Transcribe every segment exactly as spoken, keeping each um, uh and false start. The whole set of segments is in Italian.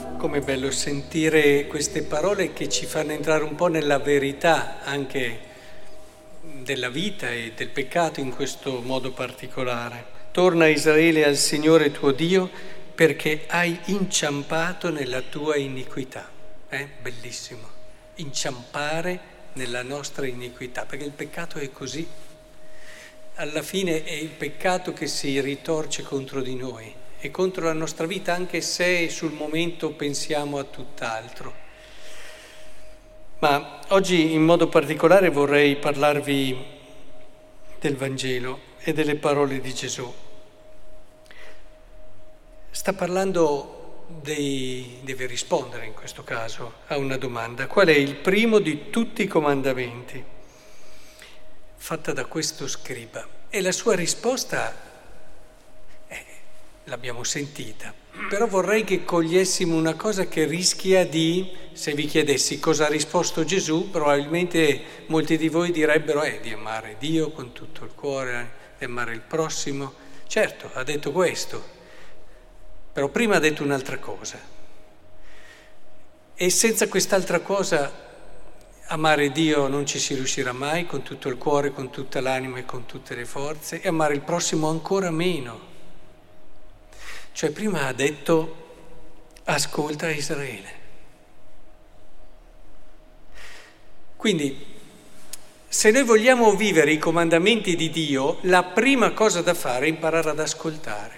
Com'è bello sentire queste parole che ci fanno entrare un po' nella verità anche della vita e del peccato in questo modo particolare. Torna Israele al Signore tuo Dio perché hai inciampato nella tua iniquità. Eh? Bellissimo. Inciampare nella nostra iniquità, perché il peccato è così. Alla fine è il peccato che si ritorce contro di noi e contro la nostra vita, anche se sul momento pensiamo a tutt'altro. Ma oggi in modo particolare vorrei parlarvi del Vangelo e delle parole di Gesù. Sta parlando dei, deve rispondere in questo caso a una domanda: qual è il primo di tutti i comandamenti? Fatta da questo scriba. E la sua risposta l'abbiamo sentita, però vorrei che cogliessimo una cosa che rischia di, se vi chiedessi cosa ha risposto Gesù, probabilmente molti di voi direbbero eh, di amare Dio con tutto il cuore, di amare il prossimo. Certo, ha detto questo, però prima ha detto un'altra cosa. E senza quest'altra cosa amare Dio non ci si riuscirà mai con tutto il cuore, con tutta l'anima e con tutte le forze, e amare il prossimo ancora meno. Cioè prima ha detto ascolta Israele. Quindi se noi vogliamo vivere i comandamenti di Dio, la prima cosa da fare è imparare ad ascoltare.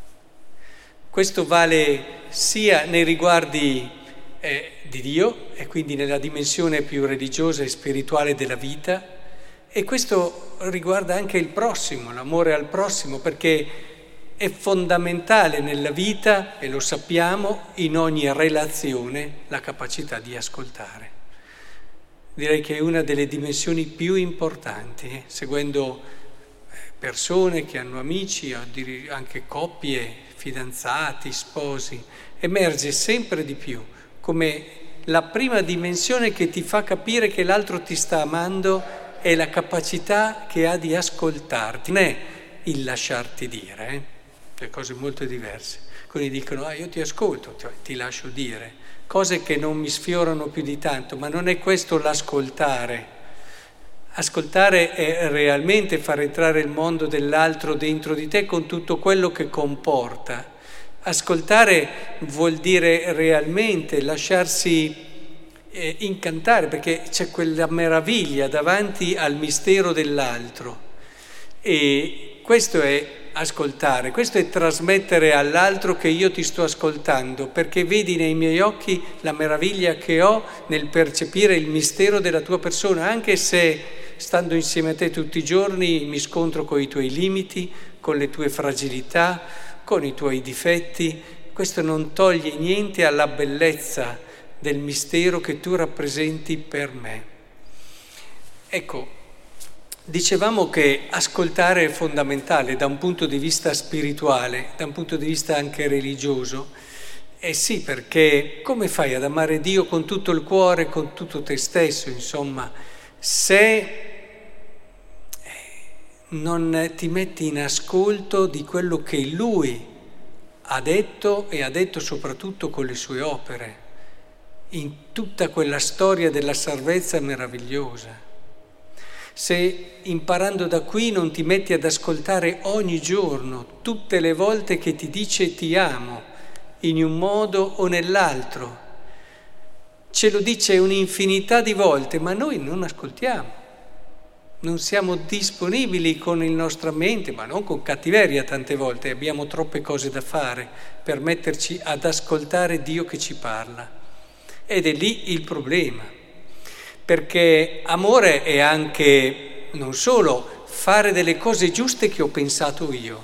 Questo vale sia nei riguardi eh, di Dio e quindi nella dimensione più religiosa e spirituale della vita, e questo riguarda anche il prossimo, l'amore al prossimo, perché è fondamentale nella vita, e lo sappiamo, in ogni relazione, la capacità di ascoltare. Direi che è una delle dimensioni più importanti, eh? Seguendo persone che hanno amici, anche coppie, fidanzati, sposi, emerge sempre di più come la prima dimensione che ti fa capire che l'altro ti sta amando è la capacità che ha di ascoltarti, non è il lasciarti dire, eh? Cioè cose molto diverse. Alcuni dicono, ah io ti ascolto, cioè, ti lascio dire, cose che non mi sfiorano più di tanto, ma non è questo l'ascoltare. Ascoltare è realmente far entrare il mondo dell'altro dentro di te con tutto quello che comporta. Ascoltare vuol dire realmente lasciarsi eh, incantare, perché c'è quella meraviglia davanti al mistero dell'altro. E questo è ascoltare, questo è trasmettere all'altro che io ti sto ascoltando, perché vedi nei miei occhi la meraviglia che ho nel percepire il mistero della tua persona, anche se stando insieme a te tutti i giorni mi scontro con i tuoi limiti, con le tue fragilità, con i tuoi difetti. Questo non toglie niente alla bellezza del mistero che tu rappresenti per me. Ecco, dicevamo che ascoltare è fondamentale da un punto di vista spirituale, da un punto di vista anche religioso. Eh sì, perché come fai ad amare Dio con tutto il cuore, con tutto te stesso, insomma, se non ti metti in ascolto di quello che Lui ha detto, e ha detto soprattutto con le sue opere, in tutta quella storia della salvezza meravigliosa. Se imparando da qui non ti metti ad ascoltare ogni giorno, tutte le volte che ti dice ti amo, in un modo o nell'altro, ce lo dice un'infinità di volte, ma noi non ascoltiamo, non siamo disponibili con la nostra mente, ma non con cattiveria tante volte, abbiamo troppe cose da fare per metterci ad ascoltare Dio che ci parla. Ed è lì il problema. Perché amore è anche, non solo, fare delle cose giuste che ho pensato io,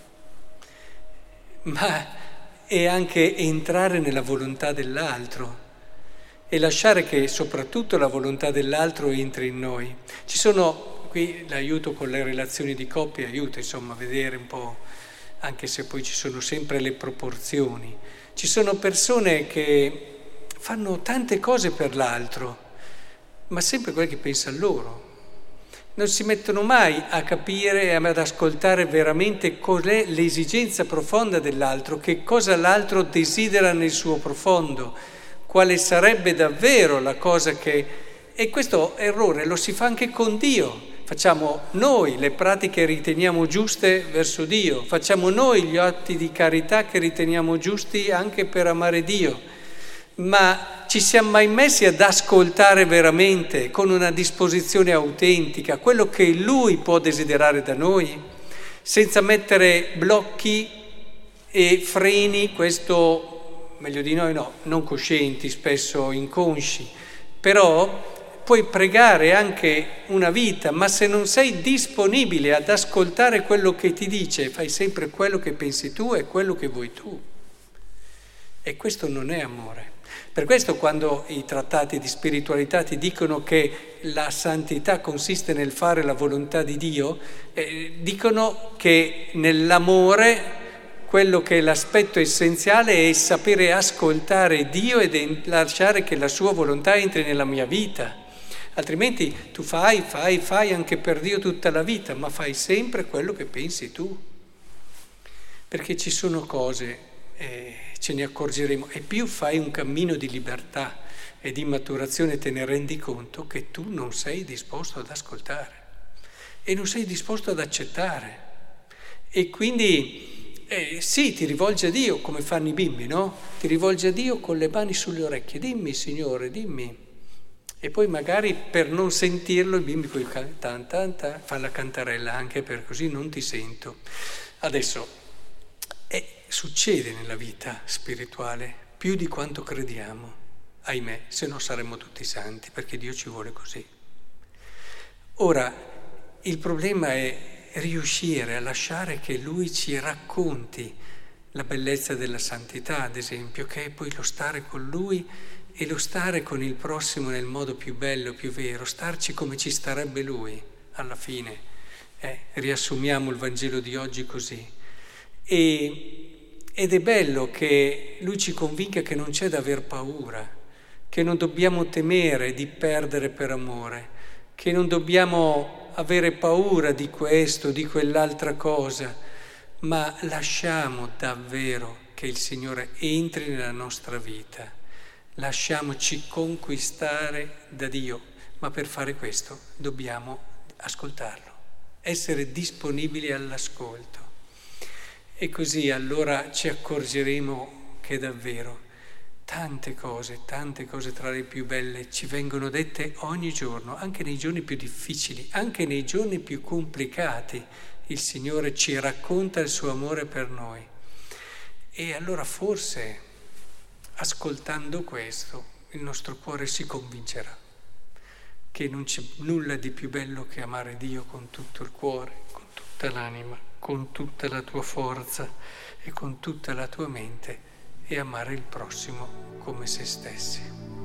ma è anche entrare nella volontà dell'altro e lasciare che soprattutto la volontà dell'altro entri in noi. Ci sono, qui l'aiuto con le relazioni di coppia, aiuta insomma a vedere un po', anche se poi ci sono sempre le proporzioni. Ci sono persone che fanno tante cose per l'altro, ma sempre quel che pensa a loro. non si mettono mai a capire e ad ascoltare veramente qual è l'esigenza profonda dell'altro, che cosa l'altro desidera nel suo profondo, quale sarebbe davvero la cosa che... E questo errore lo si fa anche con Dio. Facciamo noi le pratiche che riteniamo giuste verso Dio, facciamo noi gli atti di carità che riteniamo giusti anche per amare Dio, ma ci siamo mai messi ad ascoltare veramente con una disposizione autentica quello che Lui può desiderare da noi, senza mettere blocchi e freni, questo meglio di noi no, non coscienti, spesso inconsci, però puoi pregare anche una vita, ma se non sei disponibile ad ascoltare quello che ti dice, fai sempre quello che pensi tu e quello che vuoi tu. E questo non è amore. Per questo quando i trattati di spiritualità ti dicono che la santità consiste nel fare la volontà di Dio, eh, dicono che nell'amore quello che è l'aspetto essenziale è sapere ascoltare Dio e lasciare che la sua volontà entri nella mia vita. Altrimenti tu fai, fai, fai anche per Dio tutta la vita, ma fai sempre quello che pensi tu. Perché ci sono cose, eh, ce ne accorgeremo, e più fai un cammino di libertà e di maturazione te ne rendi conto che tu non sei disposto ad ascoltare e non sei disposto ad accettare. E quindi eh, sì, ti rivolgi a Dio come fanno i bimbi, no? Ti rivolgi a Dio con le mani sulle orecchie, dimmi Signore, dimmi. E poi magari per non sentirlo il bimbo poi tan, tan, tan, fa la cantarella anche per così non ti sento. Adesso eh, succede nella vita spirituale più di quanto crediamo, ahimè, se no saremmo tutti santi perché Dio ci vuole così. Ora, il problema è riuscire a lasciare che Lui ci racconti la bellezza della santità, ad esempio, che è poi lo stare con Lui e lo stare con il prossimo nel modo più bello, più vero, starci come ci starebbe Lui alla fine. Eh, riassumiamo il Vangelo di oggi così. E, ed è bello che Lui ci convinca che non c'è da aver paura, che non dobbiamo temere di perdere per amore, che non dobbiamo avere paura di questo, di quell'altra cosa, ma lasciamo davvero che il Signore entri nella nostra vita. Lasciamoci conquistare da Dio, ma per fare questo dobbiamo ascoltarlo, essere disponibili all'ascolto. E così allora ci accorgeremo che davvero tante cose, tante cose tra le più belle ci vengono dette ogni giorno, anche nei giorni più difficili, anche nei giorni più complicati. Il Signore ci racconta il suo amore per noi. E allora forse, ascoltando questo, il nostro cuore si convincerà che non c'è nulla di più bello che amare Dio con tutto il cuore, con tutta l'anima, con tutta la tua forza e con tutta la tua mente e amare il prossimo come se stessi.